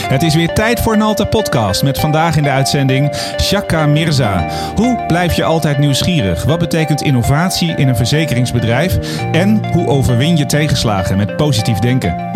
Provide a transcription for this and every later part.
Het is weer tijd voor een Alta Podcast met vandaag in de uitzending Shaka Mirza. Hoe blijf je altijd nieuwsgierig? Wat betekent innovatie in een verzekeringsbedrijf? En hoe overwin je tegenslagen met positief denken?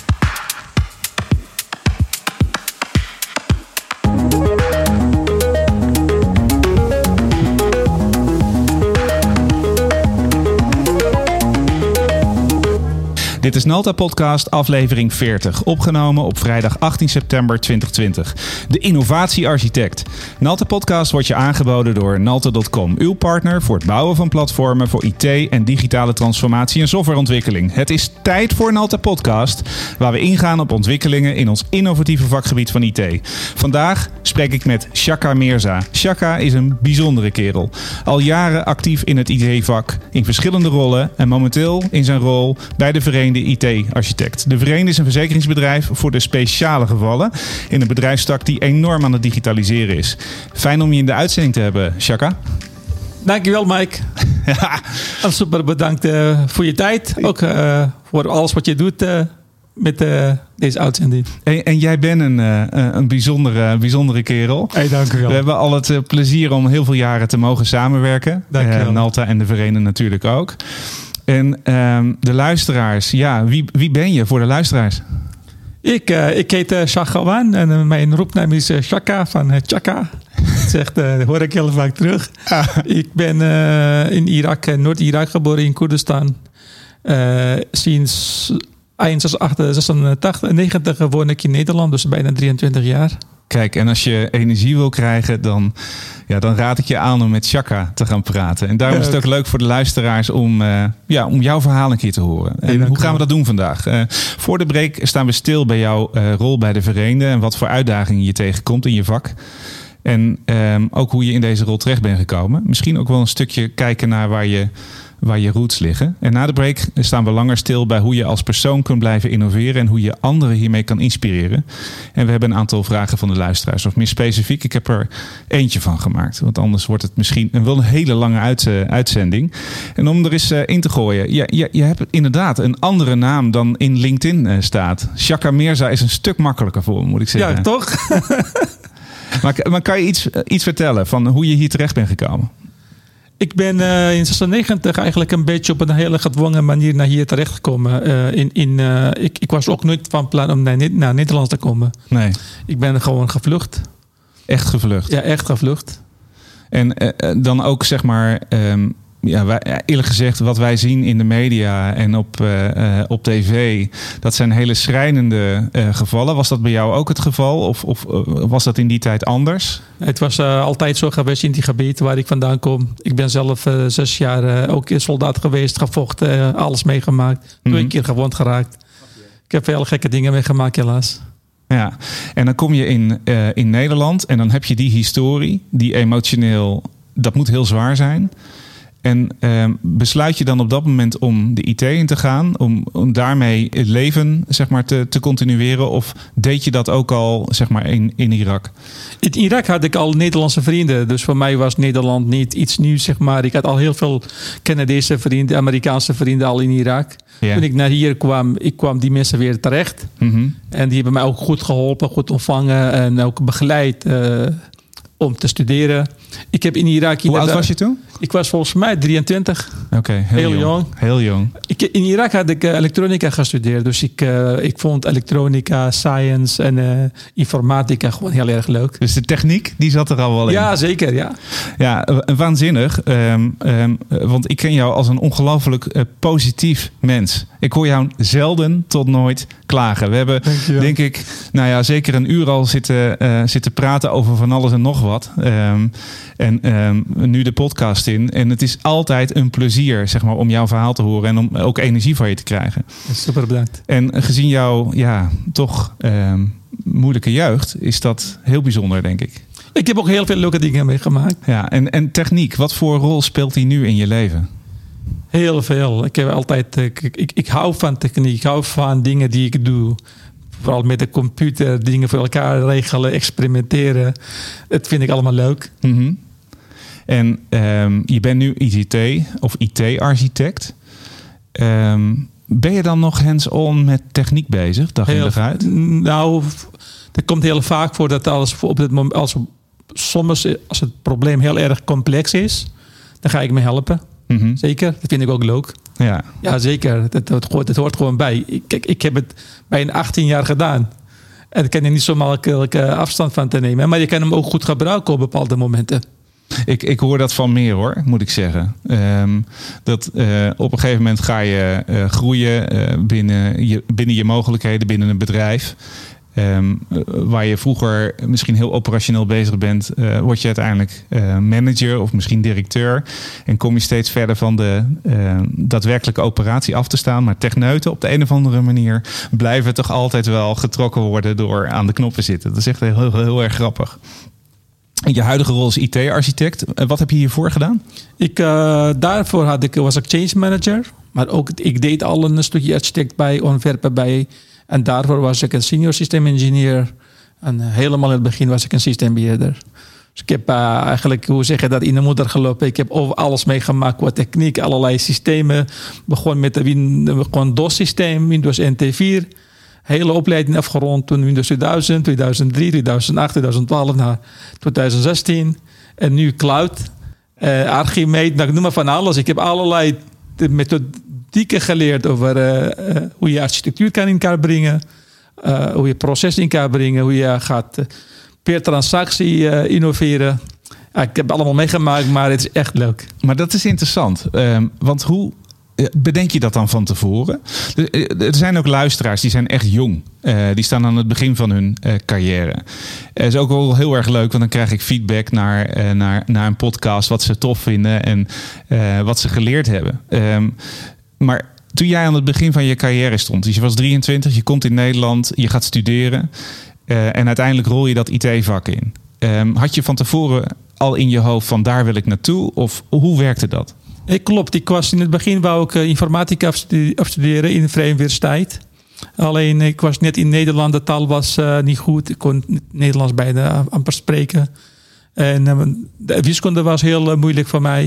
Dit is Nalta Podcast aflevering 40, opgenomen op vrijdag 18 september 2020. De innovatiearchitect. Nalta Podcast wordt je aangeboden door Nalta.com, uw partner voor het bouwen van platformen voor IT en digitale transformatie en softwareontwikkeling. Het is tijd voor Nalta Podcast, waar we ingaan op ontwikkelingen in ons innovatieve vakgebied van IT. Vandaag spreek ik met Shaka Mirza. Shaka is een bijzondere kerel. Al jaren actief in het IT-vak, in verschillende rollen en momenteel in zijn rol bij de Verenigde IT-architect. De Verenigde is een verzekeringsbedrijf voor de speciale gevallen in een bedrijfstak die enorm aan het digitaliseren is. Fijn om je in de uitzending te hebben, Shaka. Dankjewel, Mike. Ja. Super bedankt voor je tijd. Ook voor alles wat je doet met deze uitzending. En jij bent een bijzondere kerel. Hey, dank u wel. We hebben al het plezier om heel veel jaren te mogen samenwerken. Nalta en de Verenigde natuurlijk ook. En de luisteraars, ja, wie ben je voor de luisteraars? Ik heet Shagawan en mijn roepnaam is Shaka van Chaka. Dat hoor ik heel vaak terug. Ik ben in Irak, Noord-Irak geboren in Koerdistan. Sinds 1996 woon ik in Nederland, dus bijna 23 jaar. Kijk, en als je energie wil krijgen, dan raad ik je aan om met Shaka te gaan praten. En daarom is het ook leuk voor de luisteraars om jouw verhaal een keer te horen. En hoe gaan we dat doen vandaag? Voor de break staan we stil bij jouw rol bij de Verenigde en wat voor uitdagingen je tegenkomt in je vak. En ook hoe je in deze rol terecht bent gekomen. Misschien ook wel een stukje kijken naar waar je roots liggen. En na de break staan we langer stil bij hoe je als persoon kunt blijven innoveren en hoe je anderen hiermee kan inspireren. En we hebben een aantal vragen van de luisteraars. Of meer specifiek, ik heb er eentje van gemaakt. Want anders wordt het misschien wel een hele lange uitzending. En om er eens in te gooien. Je hebt inderdaad een andere naam dan in LinkedIn staat. Shaka Mirza is een stuk makkelijker voor, moet ik zeggen. Ja, toch? Maar kan je iets vertellen van hoe je hier terecht bent gekomen? Ik ben in 1996 eigenlijk een beetje op een hele gedwongen manier naar hier terechtgekomen. Ik was ook nooit van plan om naar Nederland te komen. Nee. Ik ben gewoon gevlucht. Echt gevlucht? Ja, echt gevlucht. En dan ook zeg maar... eerlijk gezegd, wat wij zien in de media en op tv, dat zijn hele schrijnende gevallen. Was dat bij jou ook het geval? Of was dat in die tijd anders? Het was altijd zo geweest in die gebied waar ik vandaan kom. Ik ben zelf 6 jaar ook soldaat geweest, gevochten, alles meegemaakt. 2 keer gewond geraakt. Ik heb veel gekke dingen meegemaakt, helaas. Ja, en dan kom je in Nederland en dan heb je die historie, die emotioneel, dat moet heel zwaar zijn. En besluit je dan op dat moment om de IT in te gaan, om daarmee het leven zeg maar, te continueren? Of deed je dat ook al zeg maar, in Irak? In Irak had ik al Nederlandse vrienden. Dus voor mij was Nederland niet iets nieuws. Zeg maar. Ik had al heel veel Canadese vrienden, Amerikaanse vrienden al in Irak. Ja. Toen ik naar hier kwam, kwam die mensen weer terecht. Mm-hmm. En die hebben mij ook goed geholpen, goed ontvangen en ook begeleid om te studeren. Ik heb in Irak... Hoe oud was je toen? Ik was volgens mij 23. Oké, heel jong. Heel jong. In Irak had ik elektronica gestudeerd. Dus ik vond elektronica, science en informatica gewoon heel erg leuk. Dus de techniek, die zat er al wel in? Ja, zeker, ja. Ja, waanzinnig. Want ik ken jou als een ongelooflijk positief mens. Ik hoor jou zelden tot nooit klagen. We hebben, denk ik, zeker een uur al zitten praten over van alles en nog wat. En nu de podcast in. En het is altijd een plezier, zeg maar, om jouw verhaal te horen en om ook energie van je te krijgen. Super bedankt. En gezien jouw toch moeilijke jeugd, is dat heel bijzonder, denk ik. Ik heb ook heel veel leuke dingen meegemaakt. Ja, en techniek, wat voor rol speelt die nu in je leven? Heel veel. Ik heb altijd. Ik hou van techniek. Ik hou van dingen die ik doe. Vooral met de computer, dingen voor elkaar regelen, experimenteren. Dat vind ik allemaal leuk. Mm-hmm. En je bent nu ICT of IT-architect. Ben je dan nog hands-on met techniek bezig, dag in dag uit? Nou, Het komt heel vaak voor dat op dit moment, soms als het probleem heel erg complex is, dan ga ik me helpen. Mm-hmm. Zeker, dat vind ik ook leuk. Ja zeker. Het hoort gewoon bij. Ik heb het bijna 18 jaar gedaan. En ik kan er niet zo makkelijk afstand van te nemen. Maar je kan hem ook goed gebruiken op bepaalde momenten. Ik hoor dat van meer hoor, moet ik zeggen. Dat op een gegeven moment ga je groeien binnen je mogelijkheden, binnen een bedrijf. Waar je vroeger misschien heel operationeel bezig bent, word je uiteindelijk manager of misschien directeur. En kom je steeds verder van de daadwerkelijke operatie af te staan. Maar techneuten op de een of andere manier blijven toch altijd wel getrokken worden door aan de knoppen zitten. Dat is echt heel erg grappig. Je huidige rol is IT-architect. Wat heb je hiervoor gedaan? Daarvoor was ik change manager. Maar ook ik deed al een stukje architect bij, ontwerpen bij. En daarvoor was ik een senior systemengineer. En helemaal in het begin was ik een systeembeheerder. Dus ik heb eigenlijk, hoe zeg je dat, in de moeder gelopen. Ik heb over alles meegemaakt qua techniek, allerlei systemen. Begon met gewoon DOS-systeem, Windows NT4. Hele opleiding afgerond toen Windows 2000, 2003, 2008, 2012 naar 2016. En nu cloud, Archimate, ik noem maar van alles. Ik heb allerlei methodieken geleerd over hoe je architectuur kan in kaart brengen. Hoe je proces in kaart brengen. Hoe je gaat per transactie innoveren. Ik heb allemaal meegemaakt, maar het is echt leuk. Maar dat is interessant. Want hoe bedenk je dat dan van tevoren? Er zijn ook luisteraars die zijn echt jong. Die staan aan het begin van hun carrière. Het is ook wel heel erg leuk, want dan krijg ik feedback naar een podcast, wat ze tof vinden en wat ze geleerd hebben. Maar toen jij aan het begin van je carrière stond, dus je was 23, je komt in Nederland, je gaat studeren en uiteindelijk rol je dat IT-vak in. Had je van tevoren al in je hoofd van daar wil ik naartoe of hoe werkte dat? Klopt, ik was in het begin wou ik informatica afstuderen in de Vrije Universiteit. Alleen ik was net in Nederland, de taal was niet goed. Ik kon Nederlands bijna amper spreken. En de wiskunde was heel moeilijk voor mij.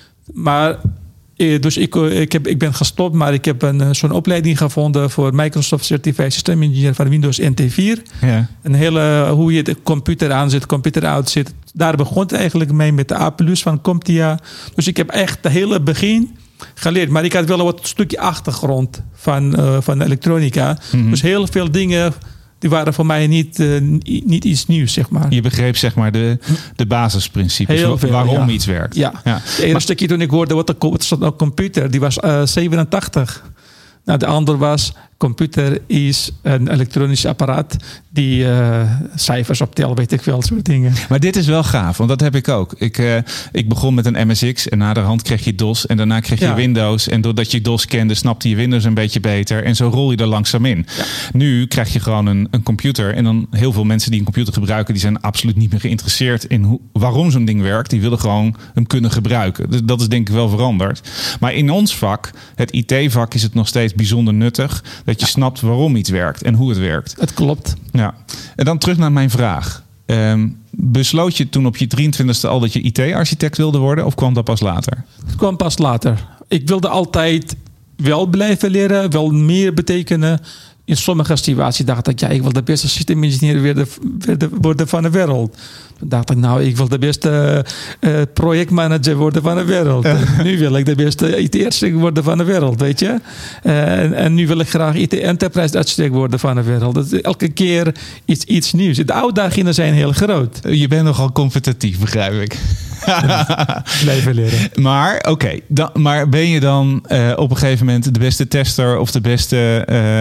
Maar dus ik ben gestopt, maar ik heb zo'n opleiding gevonden voor Microsoft Certified System Engineer van Windows NT4. Ja. Een hele, hoe je de computer aanzet, computer uitzet. Daar begon het eigenlijk mee met de A+ van CompTIA. Dus ik heb echt het hele begin geleerd. Maar ik had wel wat stukje achtergrond van elektronica. Mm-hmm. Dus heel veel dingen die waren voor mij niet iets nieuws, zeg maar. Je begreep zeg maar de basisprincipes. Heel veel, waarom iets werkt. Ja. Het eerste keer toen ik hoorde wat is een computer, die was 87. Nou, de andere was, computer is een elektronisch apparaat die cijfers optelt, weet ik veel, soort dingen. Maar dit is wel gaaf, want dat heb ik ook. Ik begon met een MSX en naderhand kreeg je DOS en daarna kreeg je Windows. En doordat je DOS kende, snapte je Windows een beetje beter en zo rol je er langzaam in. Ja. Nu krijg je gewoon een computer en dan heel veel mensen die een computer gebruiken, die zijn absoluut niet meer geïnteresseerd in waarom zo'n ding werkt. Die willen gewoon hem kunnen gebruiken. Dus dat is denk ik wel veranderd. Maar in ons vak, het IT-vak, is het nog steeds bijzonder nuttig dat je snapt waarom iets werkt en hoe het werkt. Het klopt. Ja. En dan terug naar mijn vraag. Besloot je toen op je 23e al dat je IT-architect wilde worden of kwam dat pas later? Het kwam pas later. Ik wilde altijd wel blijven leren, wel meer betekenen. In sommige situaties dacht ik, ik wil de beste systeemingenieur worden van de wereld. Toen dacht ik, ik wil de beste projectmanager worden van de wereld. Nu wil ik de beste IT-architect worden van de wereld, weet je. En nu wil ik graag IT-enterprise architect worden van de wereld. Dat is elke keer iets nieuws. De uitdagingen zijn heel groot. Je bent nogal competitief, begrijp ik. Blijven leren. Maar oké, maar ben je dan op een gegeven moment de beste tester of de beste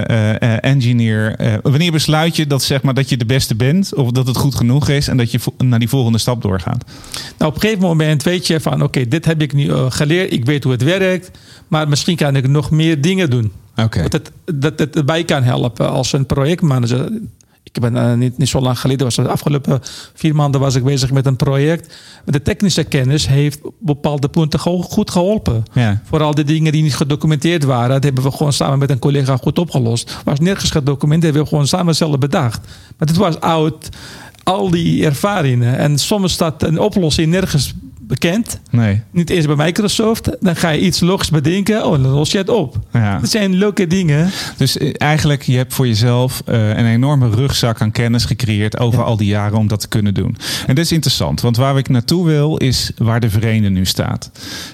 engineer? Wanneer besluit je dat, zeg maar, dat je de beste bent of dat het goed genoeg is en dat je naar die volgende stap doorgaat? Nou, op een gegeven moment weet je van dit heb ik nu geleerd, ik weet hoe het werkt, maar misschien kan ik nog meer dingen doen. Okay. Dat het erbij kan helpen als een projectmanager. Ik ben niet zo lang geleden, de afgelopen 4 maanden was ik bezig met een project. De technische kennis heeft op bepaalde punten goed geholpen. Ja. Vooral de dingen die niet gedocumenteerd waren, dat hebben we gewoon samen met een collega goed opgelost. Was nergens gedocumenteerd, hebben we gewoon samen zelf bedacht. Maar het was oud, al die ervaringen. En soms staat een oplossing nergens bekend. Nee. Niet eens bij Microsoft. Dan ga je iets logisch bedenken. Dan los je het op. Ja. Dat zijn leuke dingen. Dus eigenlijk, je hebt voor jezelf een enorme rugzak aan kennis gecreëerd over al die jaren om dat te kunnen doen. En dat is interessant, want waar ik naartoe wil is waar de Verene nu staat.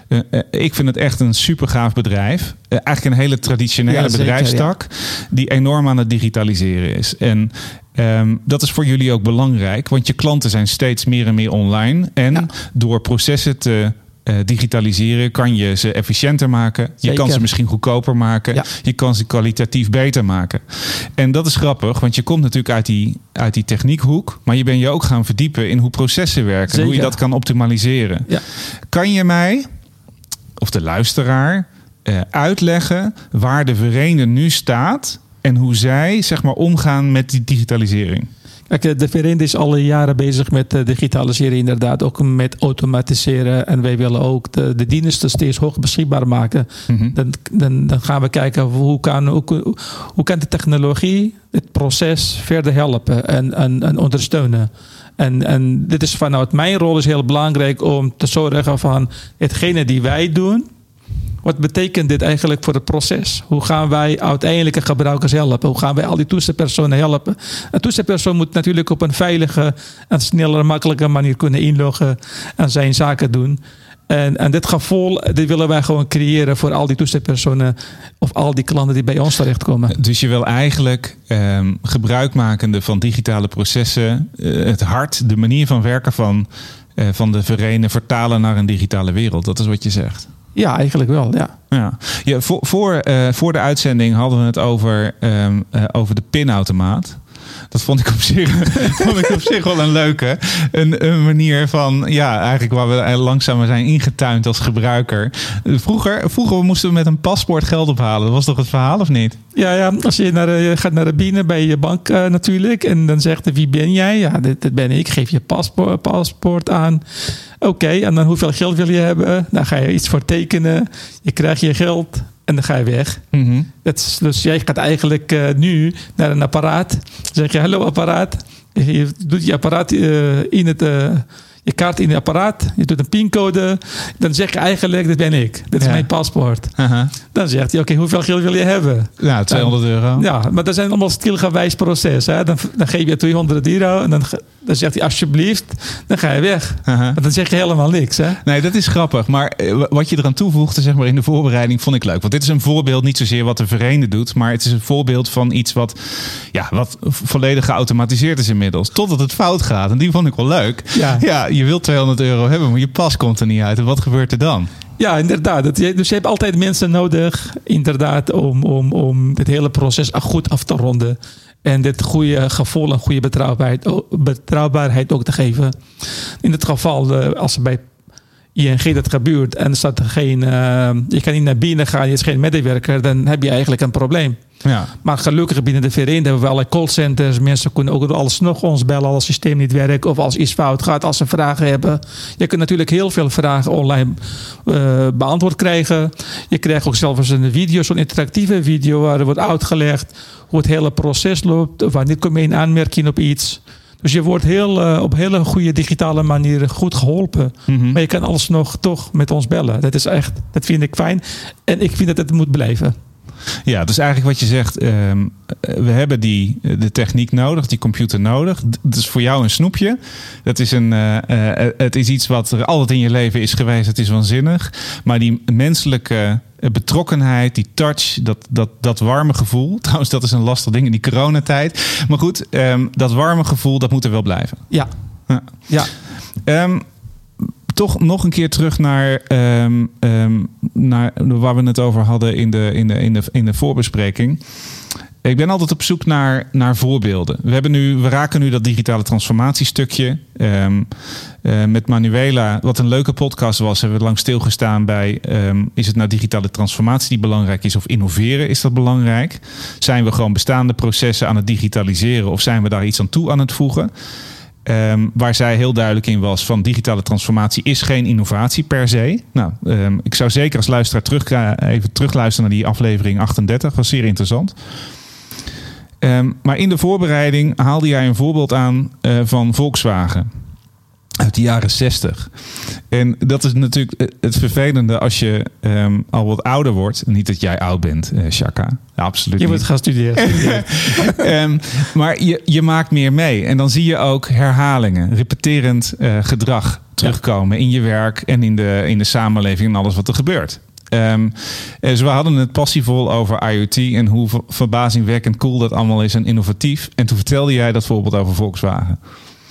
Ik vind het echt een super gaaf bedrijf. Eigenlijk een hele traditionele bedrijfstak die enorm aan het digitaliseren is. En dat is voor jullie ook belangrijk, want je klanten zijn steeds meer en meer online. En door processen te digitaliseren kan je ze efficiënter maken. Je kan ze misschien goedkoper maken. Ja. Je kan ze kwalitatief beter maken. En dat is grappig, want je komt natuurlijk uit die techniekhoek, maar je bent je ook gaan verdiepen in hoe processen werken. En hoe je dat kan optimaliseren. Ja. Kan je mij, of de luisteraar, uitleggen waar de Verene nu staat en hoe zij zeg maar omgaan met die digitalisering? Kijk, de Verene is al jaren bezig met digitaliseren, inderdaad. Ook met automatiseren. En wij willen ook de diensten steeds hoger beschikbaar maken. Mm-hmm. Dan gaan we kijken hoe kan de technologie het proces verder helpen en ondersteunen. En dit is vanuit mijn rol is heel belangrijk om te zorgen van hetgene die wij doen. Wat betekent dit eigenlijk voor het proces? Hoe gaan wij uiteindelijke gebruikers helpen? Hoe gaan wij al die tussenpersonen helpen? Een tussenpersoon moet natuurlijk op een veilige en snellere, makkelijke manier kunnen inloggen en zijn zaken doen. En dit gevoel, dit willen wij gewoon creëren voor al die tussenpersonen of al die klanten die bij ons terechtkomen. Dus je wil eigenlijk gebruikmakende van digitale processen, het hart, de manier van werken van de Verene vertalen naar een digitale wereld. Dat is wat je zegt. Ja, eigenlijk wel, ja. Voor de uitzending hadden we het over de pinautomaat. Dat vond ik op zich wel een leuke. Een manier van, eigenlijk waar we langzaam zijn ingetuind als gebruiker. Vroeger moesten we met een paspoort geld ophalen. Dat was toch het verhaal, of niet? Ja, als je gaat naar de binnen bij je bank natuurlijk. En dan zegt hij, wie ben jij? Ja, dit ben ik. Geef je paspoort aan. Oké, en dan hoeveel geld wil je hebben? Dan ga je iets voor tekenen. Je krijgt je geld. En dan ga je weg. Mm-hmm. Dus jij gaat eigenlijk nu naar een apparaat. Dan zeg je, hallo apparaat. Je doet je apparaat je kaart in het apparaat. Je doet een pincode. Dan zeg je eigenlijk, dit ben ik. Dit is mijn paspoort. Uh-huh. Dan zegt hij, oké, hoeveel geld wil je hebben? Ja, €200. Ja, maar dat zijn allemaal stilgewijs proces. Hè? Dan geef je €200 en dan zegt hij alsjeblieft, dan ga je weg. Uh-huh. Maar dan zeg je helemaal niks. Hè? Nee, dat is grappig. Maar wat je eraan toevoegde, zeg maar in de voorbereiding, vond ik leuk. Want dit is een voorbeeld, niet zozeer wat de Verene doet, maar het is een voorbeeld van iets wat volledig geautomatiseerd is inmiddels. Totdat het fout gaat. En die vond ik wel leuk. Ja, je wilt €200 hebben, maar je pas komt er niet uit. En wat gebeurt er dan? Ja, inderdaad. Dus je hebt altijd mensen nodig, inderdaad, om dit hele proces goed af te ronden. En dit goede gevoel en goede betrouwbaarheid ook te geven. In dit geval, als er bij ING dat gebeurt en er staat je kan niet naar binnen gaan, je is geen medewerker, dan heb je eigenlijk een probleem. Ja. Maar gelukkig binnen de Verene hebben we allerlei callcenters. Mensen kunnen ook alsnog ons bellen als het systeem niet werkt of als iets fout gaat, als ze vragen hebben. Je kunt natuurlijk heel veel vragen online beantwoord krijgen. Je krijgt ook zelfs een video, zo'n interactieve video waar er wordt uitgelegd hoe het hele proces loopt. Wanneer kom je in aanmerking op iets. Dus je wordt op een hele goede digitale manier goed geholpen. Mm-hmm. Maar je kan alsnog toch met ons bellen. Dat vind ik fijn. En ik vind dat het moet blijven. Ja, dus eigenlijk wat je zegt, we hebben de techniek nodig, die computer nodig. Dat is voor jou een snoepje. Dat is het is iets wat er altijd in je leven is geweest. Het is waanzinnig. Maar die menselijke betrokkenheid, die touch, dat warme gevoel. Trouwens, dat is een lastig ding in die coronatijd. Maar goed, dat warme gevoel, dat moet er wel blijven. Ja. Toch nog een keer terug naar waar we het over hadden in de voorbespreking. Ik ben altijd op zoek naar voorbeelden. We raken nu dat digitale transformatiestukje. Met Manuela, wat een leuke podcast was, hebben we lang stilgestaan bij, is het nou digitale transformatie die belangrijk is of innoveren, is dat belangrijk? Zijn we gewoon bestaande processen aan het digitaliseren of zijn we daar iets aan toe aan het voegen? Waar zij heel duidelijk in was van digitale transformatie is geen innovatie per se. Nou, ik zou zeker als luisteraar even terugluisteren naar die aflevering 38. Dat was zeer interessant. Maar in de voorbereiding haalde jij een voorbeeld aan van Volkswagen. uit de jaren 60. En dat is natuurlijk het vervelende als je al wat ouder wordt. Niet dat jij oud bent, Chaka. Ja, absoluut je niet. wordt gaan studeren. Maar je maakt meer mee. En dan zie je ook herhalingen, repeterend gedrag terugkomen in je werk en in de samenleving en alles wat er gebeurt. Dus we hadden het passievol over IoT en hoe verbazingwekkend cool dat allemaal is en innovatief. En toen vertelde jij dat voorbeeld over Volkswagen.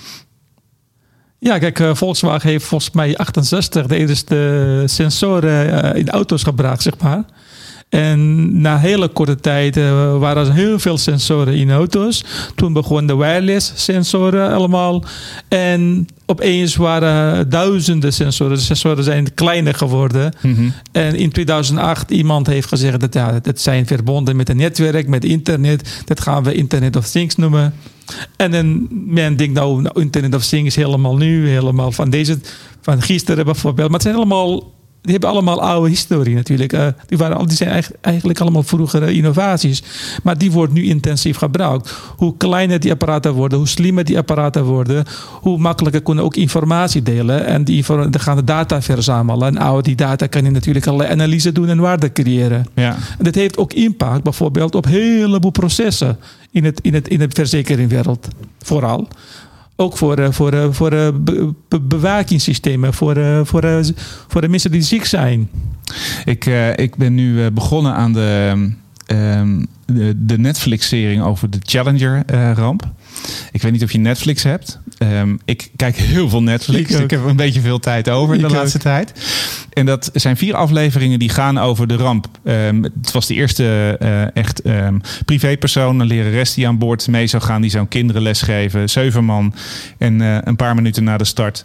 Ja, kijk, Volkswagen heeft volgens mij 68 de eerste sensoren in auto's gebracht, zeg maar. En na hele korte tijd waren er heel veel sensoren in auto's. Toen begonnen de wireless sensoren allemaal. En opeens waren duizenden sensoren. De sensoren zijn kleiner geworden. Mm-hmm. En in 2008 iemand heeft gezegd dat zijn verbonden met een netwerk, met internet. Dat gaan we Internet of Things noemen. En dan men denkt nou Internet of Things is helemaal nieuw, helemaal van gisteren bijvoorbeeld. Maar het zijn die hebben allemaal oude historie natuurlijk. Die zijn eigenlijk allemaal vroegere innovaties. Maar die wordt nu intensief gebruikt. Hoe kleiner die apparaten worden, hoe slimmer die apparaten worden, hoe makkelijker kunnen ook informatie delen. En dan gaan de data verzamelen. En uit die data kan je natuurlijk allerlei analyse doen en waarde creëren. Ja. En dat heeft ook impact bijvoorbeeld op een heleboel processen in het verzekeringwereld. Vooral. Ook voor bewakingssystemen, voor de mensen die ziek zijn. Ik ben nu begonnen aan de Netflix-serie over de Challenger-ramp. Ik weet niet of je Netflix hebt. Ik kijk heel veel Netflix. Ik heb een beetje veel tijd over de laatste tijd. En dat zijn 4 afleveringen die gaan over de ramp. Het was de eerste privépersoon, een lerares die aan boord mee zou gaan. Die zou kinderen lesgeven. 7 man. En een paar minuten na de start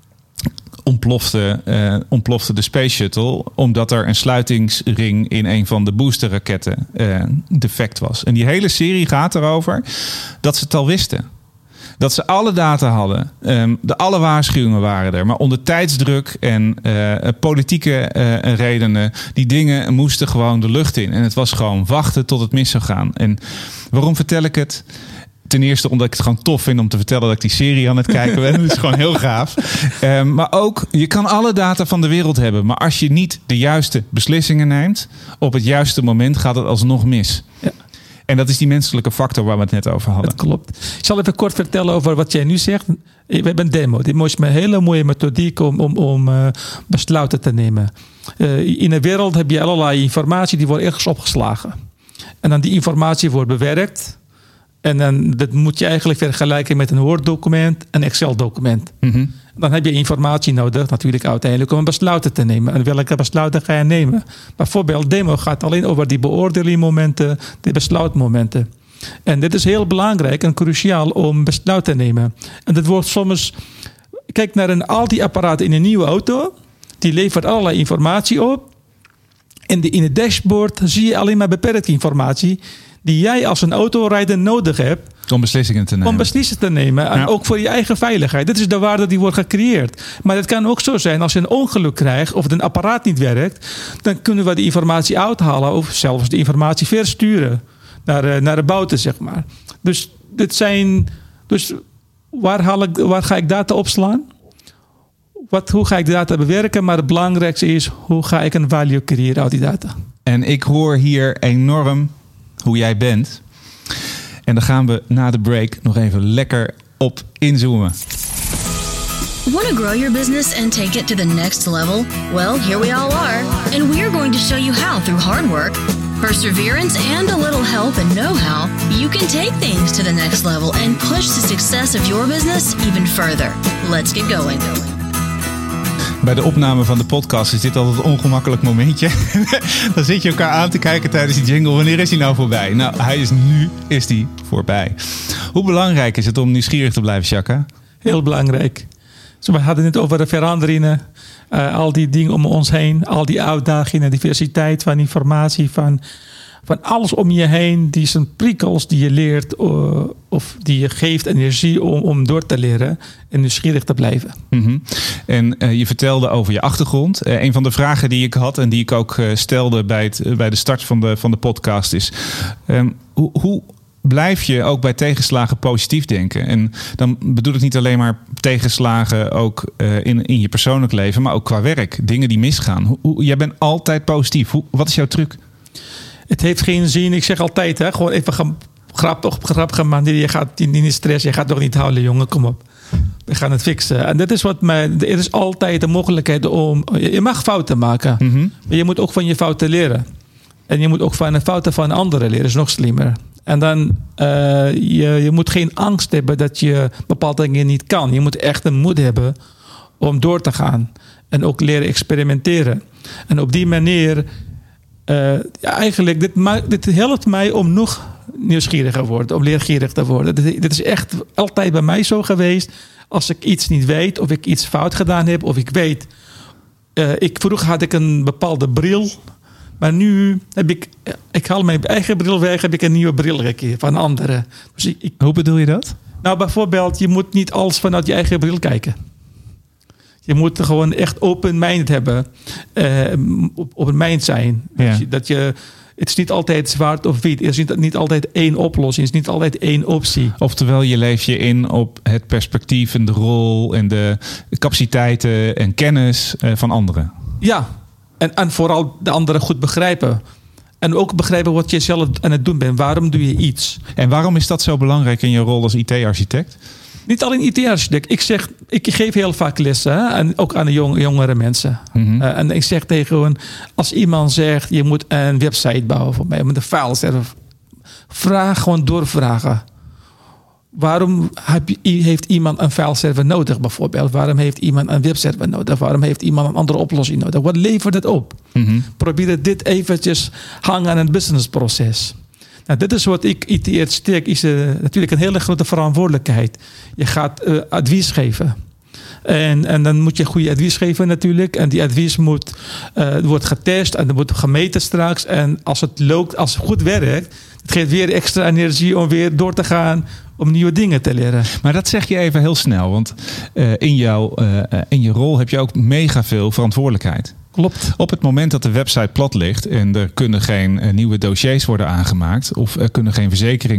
ontplofte de Space Shuttle, omdat er een sluitingsring in een van de boosterraketten defect was. En die hele serie gaat erover dat ze het al wisten. Dat ze alle data hadden. Alle waarschuwingen waren er. Maar onder tijdsdruk en politieke redenen, die dingen moesten gewoon de lucht in. En het was gewoon wachten tot het mis zou gaan. En waarom vertel ik het? Ten eerste omdat ik het gewoon tof vind om te vertellen dat ik die serie aan het kijken ben. Dat is gewoon heel gaaf. Maar ook, je kan alle data van de wereld hebben. Maar als je niet de juiste beslissingen neemt, op het juiste moment gaat het alsnog mis. Ja. En dat is die menselijke factor waar we het net over hadden. Dat klopt. Ik zal even kort vertellen over wat jij nu zegt. We hebben een demo. Dit is een hele mooie methodiek om besluiten te nemen. In de wereld heb je allerlei informatie die wordt ergens opgeslagen. En dan die informatie wordt bewerkt. En dan dat moet je eigenlijk vergelijken met een Word-document, een Excel-document. Mm-hmm. Dan heb je informatie nodig, natuurlijk uiteindelijk, om besluiten te nemen. En welke besluiten ga je nemen? Bijvoorbeeld, demo gaat alleen over die beoordelingmomenten, de besluitmomenten. En dit is heel belangrijk en cruciaal om besluiten te nemen. En dat wordt soms, kijk naar al die apparaten in een nieuwe auto, die levert allerlei informatie op. En in het dashboard zie je alleen maar beperkte informatie die jij als een autorijder nodig hebt. Om beslissingen te nemen. En ook voor je eigen veiligheid. Dit is de waarde die wordt gecreëerd. Maar het kan ook zo zijn als je een ongeluk krijgt of een apparaat niet werkt. Dan kunnen we die informatie uithalen of zelfs de informatie versturen naar de bouten, zeg maar. Dus waar ga ik data opslaan? Hoe ga ik de data bewerken? Maar het belangrijkste is, hoe ga ik een value creëren uit die data? En ik hoor hier enorm hoe jij bent. En dan gaan we na de break nog even lekker op inzoomen. Want to grow your business and take it to the next level? Well, here we all are. And we're going to show you how through hard work, perseverance, and a little help and know-how, you can take things to the next level and push the success of your business even further. Let's get going. Bij de opname van de podcast is dit altijd een ongemakkelijk momentje. Dan zit je elkaar aan te kijken tijdens die jingle. Wanneer is hij nou voorbij? Nou, nu is hij voorbij. Hoe belangrijk is het om nieuwsgierig te blijven, Chaka? Heel belangrijk. We hadden het over de veranderingen. Al die dingen om ons heen. Al die uitdagingen, diversiteit van informatie, van alles om je heen. Die zijn prikkels die je leert of die je geeft energie om door te leren en nieuwsgierig te blijven. Mm-hmm. En je vertelde over je achtergrond. Een van de vragen die ik had en die ik ook stelde bij de start van de podcast is: hoe blijf je ook bij tegenslagen positief denken? En dan bedoel ik niet alleen maar tegenslagen ook in je persoonlijk leven, maar ook qua werk. Dingen die misgaan. Jij bent altijd positief. Wat is jouw truc? Het heeft geen zin. Ik zeg altijd, gewoon even grappige manier. Je gaat in stress. Je gaat toch niet huilen, jongen. Kom op. We gaan het fixen. En dat is er is altijd de mogelijkheid om... Je mag fouten maken. Mm-hmm. Maar je moet ook van je fouten leren. En je moet ook van de fouten van anderen leren. Dat is nog slimmer. En dan, je moet geen angst hebben dat je bepaalde dingen niet kan. Je moet echt een moed hebben om door te gaan. En ook leren experimenteren. En op die manier... eigenlijk, dit helpt mij om nog nieuwsgieriger te worden. Om leergierig te worden. Dit is echt altijd bij mij zo geweest. Als ik iets niet weet, of ik iets fout gedaan heb, of ik weet... vroeger had ik een bepaalde bril... Maar nu heb ik haal mijn eigen bril weg, heb ik een nieuwe bril gekregen van anderen. Dus hoe bedoel je dat? Nou, bijvoorbeeld, je moet niet alles vanuit je eigen bril kijken. Je moet gewoon echt open-minded hebben. Open mind zijn. Ja. Het is niet altijd zwart of wit. Er is niet altijd één oplossing. Het is niet altijd één optie. Oftewel, je leeft je in op het perspectief en de rol en de capaciteiten en kennis van anderen. Ja. En vooral de anderen goed begrijpen. En ook begrijpen wat je zelf aan het doen bent. Waarom doe je iets? En waarom is dat zo belangrijk in je rol als IT-architect? Niet alleen IT-architect. Ik geef heel vaak lessen. En ook aan de jongere mensen. Mm-hmm. En ik zeg tegen hen... Als iemand zegt... Je moet een website bouwen voor mij. Je moet een fileserver. Vraag gewoon doorvragen. Waarom heeft iemand een fileserver nodig bijvoorbeeld? Waarom heeft iemand een webserver nodig? Waarom heeft iemand een andere oplossing nodig? Wat levert het op? Mm-hmm. Probeer dit eventjes hangen aan het businessproces. Nou, dit is wat ik IT-architect is natuurlijk een hele grote verantwoordelijkheid. Je gaat advies geven. En dan moet je goede advies geven natuurlijk. En die advies wordt getest en dan wordt gemeten straks. En als het loopt, als het goed werkt... Het geeft weer extra energie om weer door te gaan... om nieuwe dingen te leren. Maar dat zeg je even heel snel. Want in je rol heb je ook mega veel verantwoordelijkheid. Klopt. Op het moment dat de website plat ligt... en er kunnen geen nieuwe dossiers worden aangemaakt... of er kunnen geen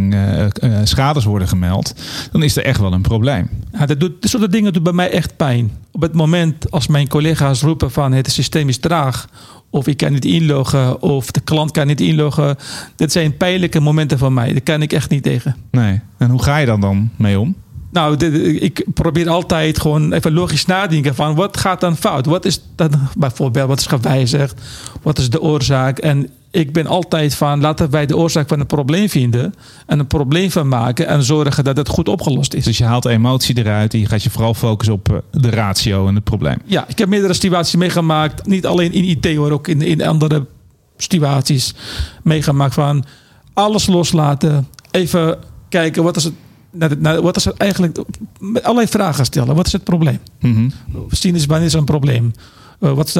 schades worden gemeld... dan is er echt wel een probleem. Ja, dit soort dingen doen bij mij echt pijn. Op het moment als mijn collega's roepen van... het systeem is traag... of ik kan niet inloggen... of de klant kan niet inloggen... dat zijn pijnlijke momenten van mij. Daar kan ik echt niet tegen. Nee. En hoe ga je dan mee om? Nou, ik probeer altijd gewoon even logisch nadenken van wat gaat dan fout? Wat is dan bijvoorbeeld, wat is gewijzigd? Wat is de oorzaak? En ik ben altijd van laten wij de oorzaak van het probleem vinden en een probleem van maken en zorgen dat het goed opgelost is. Dus je haalt emotie eruit en je gaat je vooral focussen op de ratio en het probleem. Ja, ik heb meerdere situaties meegemaakt. Niet alleen in IT, maar ook in andere situaties meegemaakt van alles loslaten. Even kijken, wat is het eigenlijk? Allerlei vragen stellen. Wat is het probleem? Mm-hmm. Wanneer is er een probleem? Wat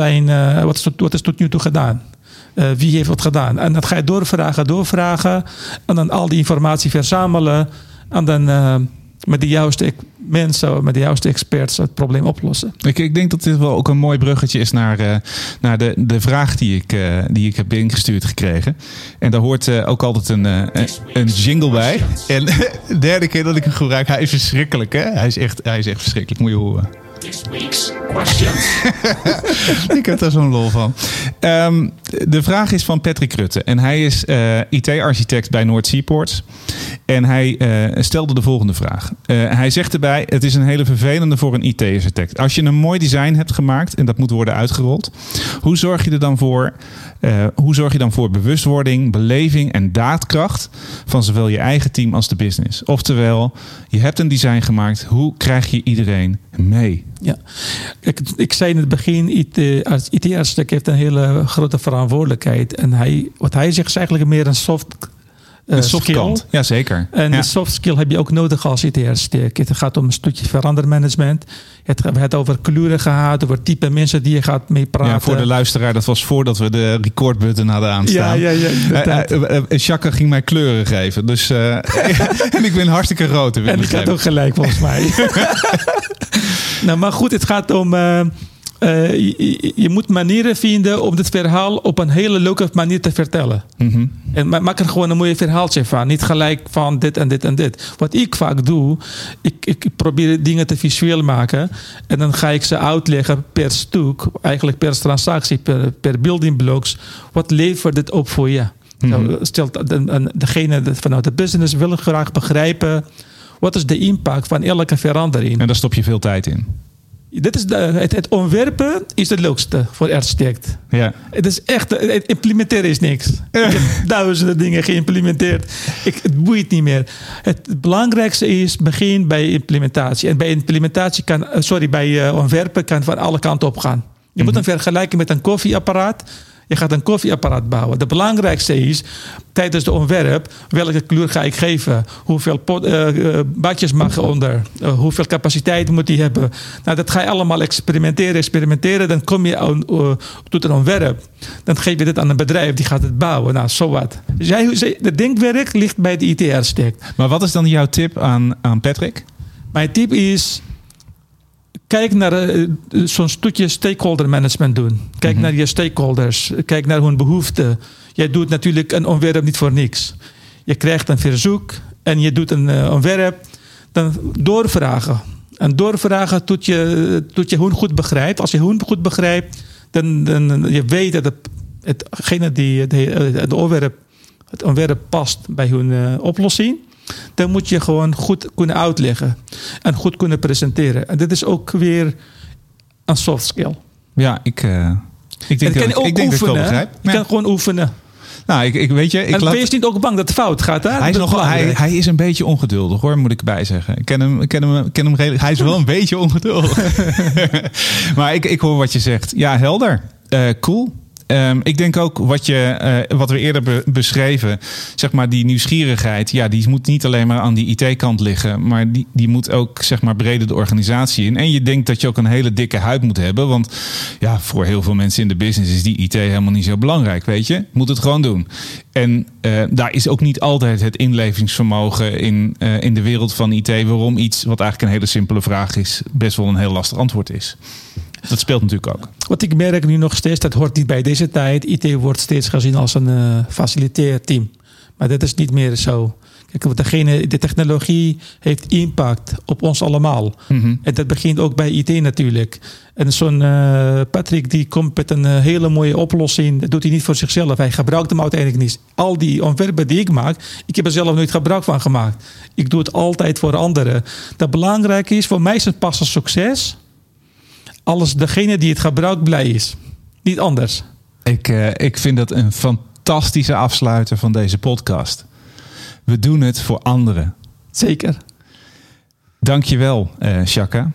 is tot nu toe gedaan? Wie heeft wat gedaan? En dat ga je doorvragen. En dan al die informatie verzamelen. En dan met de juiste mensen, met de juiste experts het probleem oplossen. Ik denk dat dit wel ook een mooi bruggetje is naar de vraag die ik heb ingestuurd gekregen. En daar hoort ook altijd een jingle bij. En de derde keer dat ik hem gebruik, hij is verschrikkelijk. Hè? Hij is echt verschrikkelijk. Moet je horen. This week's questions. Ik heb daar zo'n lol van. De vraag is van Patrick Rutte. En hij is IT-architect bij Noord Seaports. En hij stelde de volgende vraag. Hij zegt erbij, het is een hele vervelende voor een IT-architect. Als je een mooi design hebt gemaakt en dat moet worden uitgerold. Hoe zorg je dan voor bewustwording, beleving en daadkracht van zowel je eigen team als de business? Oftewel, je hebt een design gemaakt. Hoe krijg je iedereen mee? Ja, ik zei in het begin, IT-architect heeft een hele grote verantwoordelijkheid. En wat hij zegt is eigenlijk meer een soft skill. Ja, zeker. En de soft skill heb je ook nodig als IT-architect. Het gaat om een stukje verandermanagement. We hebben het over kleuren gehad, over type mensen die je gaat mee praten. Ja, voor de luisteraar, dat was voordat we de record-button hadden aanstaan. Ja. Chaka ging mij kleuren geven. Dus, en ik ben hartstikke rood. En ik had ook gelijk, volgens mij. Nou, maar goed, het gaat om Je moet manieren vinden om dit verhaal op een hele leuke manier te vertellen. Mm-hmm. En maak er gewoon een mooi verhaaltje van. Niet gelijk van dit en dit en dit. Wat ik vaak doe, ik probeer dingen te visueel maken. En dan ga ik ze uitleggen per stuk, eigenlijk per transactie, per building blocks. Wat levert dit op voor je? Mm-hmm. Stel, degene vanuit de business wil graag begrijpen, wat is de impact van elke verandering? En daar stop je veel tijd in. Dit is het ontwerpen is het leukste voor architect. Ja. Het is echt, het implementeren is niks. Ik heb duizenden dingen geïmplementeerd. Het boeit niet meer. Het belangrijkste is begin bij implementatie. En bij implementatie bij ontwerpen kan van alle kanten op gaan. Je moet hem vergelijken met een koffieapparaat. Je gaat een koffieapparaat bouwen. Het belangrijkste is, tijdens de ontwerp, welke kleur ga ik geven? Hoeveel badjes mag onder? Hoeveel capaciteit moet die hebben? Nou, dat ga je allemaal experimenteren. Dan kom je tot een ontwerp. Dan geef je dit aan een bedrijf, die gaat het bouwen. Nou, zo wat. Dus de denkwerk ligt bij de IT-architect. Maar wat is dan jouw tip aan Patrick? Mijn tip is, kijk naar zo'n stukje stakeholder management doen. Kijk naar je stakeholders. Kijk naar hun behoeften. Jij doet natuurlijk een ontwerp niet voor niks. Je krijgt een verzoek en je doet een ontwerp. Dan doorvragen. En doorvragen tot je hun goed begrijpt. Als je hun goed begrijpt, dan je weet dat hetgene die het ontwerp past bij hun oplossing. Dan moet je gewoon goed kunnen uitleggen. En goed kunnen presenteren. En dit is ook weer een soft skill. Ja, ik denk dat ik het wel begrijp. Je kan gewoon oefenen. Nou, wees niet ook bang dat het fout gaat. Hè? Hij is een beetje ongeduldig, hoor, moet ik erbij zeggen. Ik ken hem redelijk. Hij is wel een beetje ongeduldig. Maar ik hoor wat je zegt. Ja, helder. Cool. Ik denk ook wat we eerder beschreven, zeg maar die nieuwsgierigheid, ja, die moet niet alleen maar aan die IT-kant liggen, maar die moet ook, zeg maar, breder de organisatie in. En je denkt dat je ook een hele dikke huid moet hebben, want ja, voor heel veel mensen in de business is die IT helemaal niet zo belangrijk, weet je. Moet het gewoon doen. En daar is ook niet altijd het inlevingsvermogen in de wereld van IT, waarom iets wat eigenlijk een hele simpele vraag is, best wel een heel lastig antwoord is. Dat speelt natuurlijk ook. Wat ik merk nu nog steeds, dat hoort niet bij deze tijd. IT wordt steeds gezien als een faciliteerteam. Maar dat is niet meer zo. Kijk, de technologie heeft impact op ons allemaal. Mm-hmm. En dat begint ook bij IT natuurlijk. En zo'n Patrick die komt met een hele mooie oplossing. Dat doet hij niet voor zichzelf. Hij gebruikt hem uiteindelijk niet. Al die ontwerpen die ik maak, ik heb er zelf nooit gebruik van gemaakt. Ik doe het altijd voor anderen. Dat belangrijk is, voor mij is het pas een succes als degene die het gebruikt blij is. Niet anders. Ik vind dat een fantastische afsluiter van deze podcast. We doen het voor anderen. Zeker. Dankjewel, Chaka.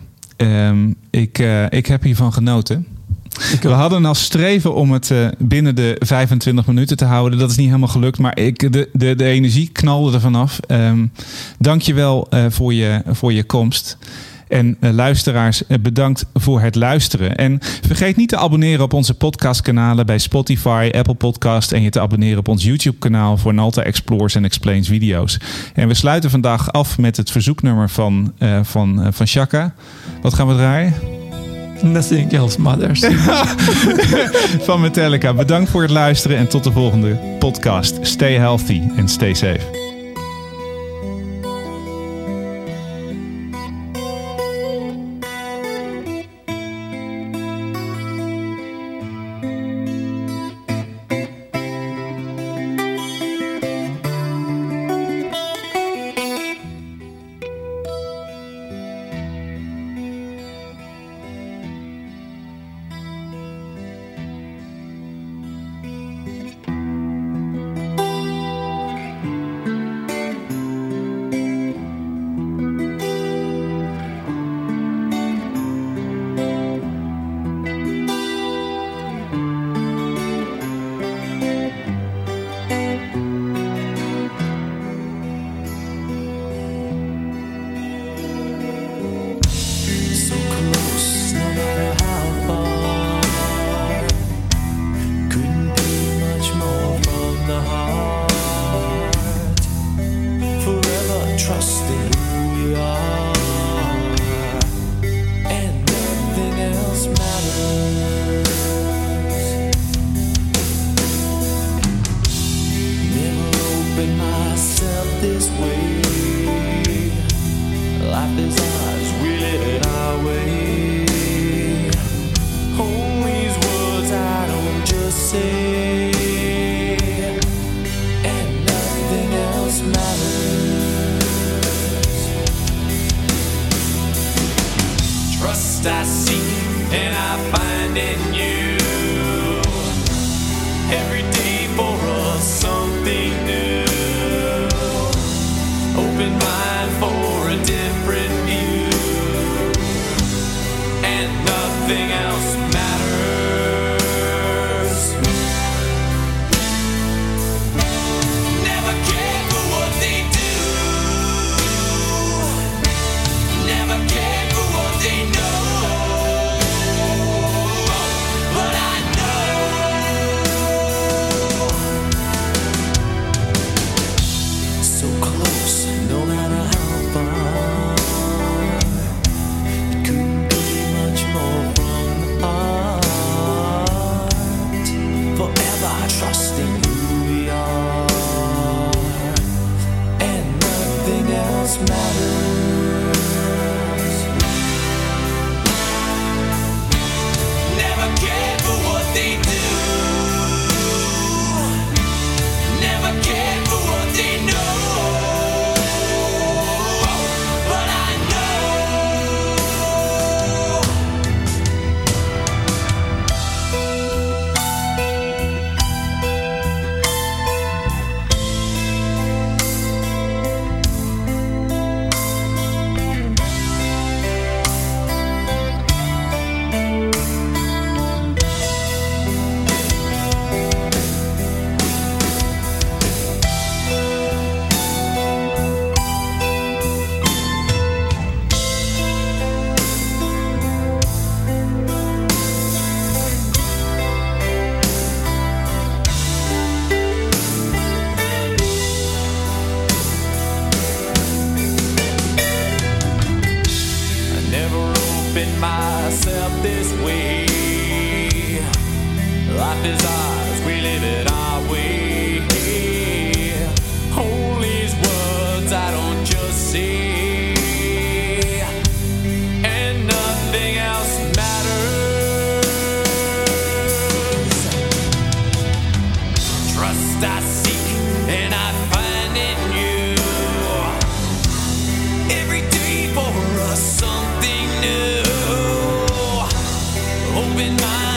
Ik heb hiervan genoten. We hadden als streven om het binnen de 25 minuten te houden. Dat is niet helemaal gelukt, maar de energie knalde er vanaf. Dankjewel voor je komst. En luisteraars, bedankt voor het luisteren. En vergeet niet te abonneren op onze podcastkanalen bij Spotify, Apple Podcast en je te abonneren op ons YouTube-kanaal voor Nalta Explores en Explains video's. En we sluiten vandaag af met het verzoeknummer van Chaka. Wat gaan we draaien? Nothing Else Matters. Van Metallica. Bedankt voor het luisteren en tot de volgende podcast. Stay healthy and stay safe. Life is ours, we live it our way. Hold these words I don't just say, and nothing else matters. Trust I seek and I find in you. Every day for us something new. Open mind for a different view, and nothing else matters. Never care for what they do. Never care for what they know. But I know so close, no matter how far. It couldn't be much more from the heart. Forever trusting who we are, and nothing else matters. Never care for what they do. Never care for what they know. But I know I never opened myself this way. Life is ours, we live it our way. Hold these words I don't just say, and nothing else matters. Trust I seek and I find in you. Every day for us something new. Open mind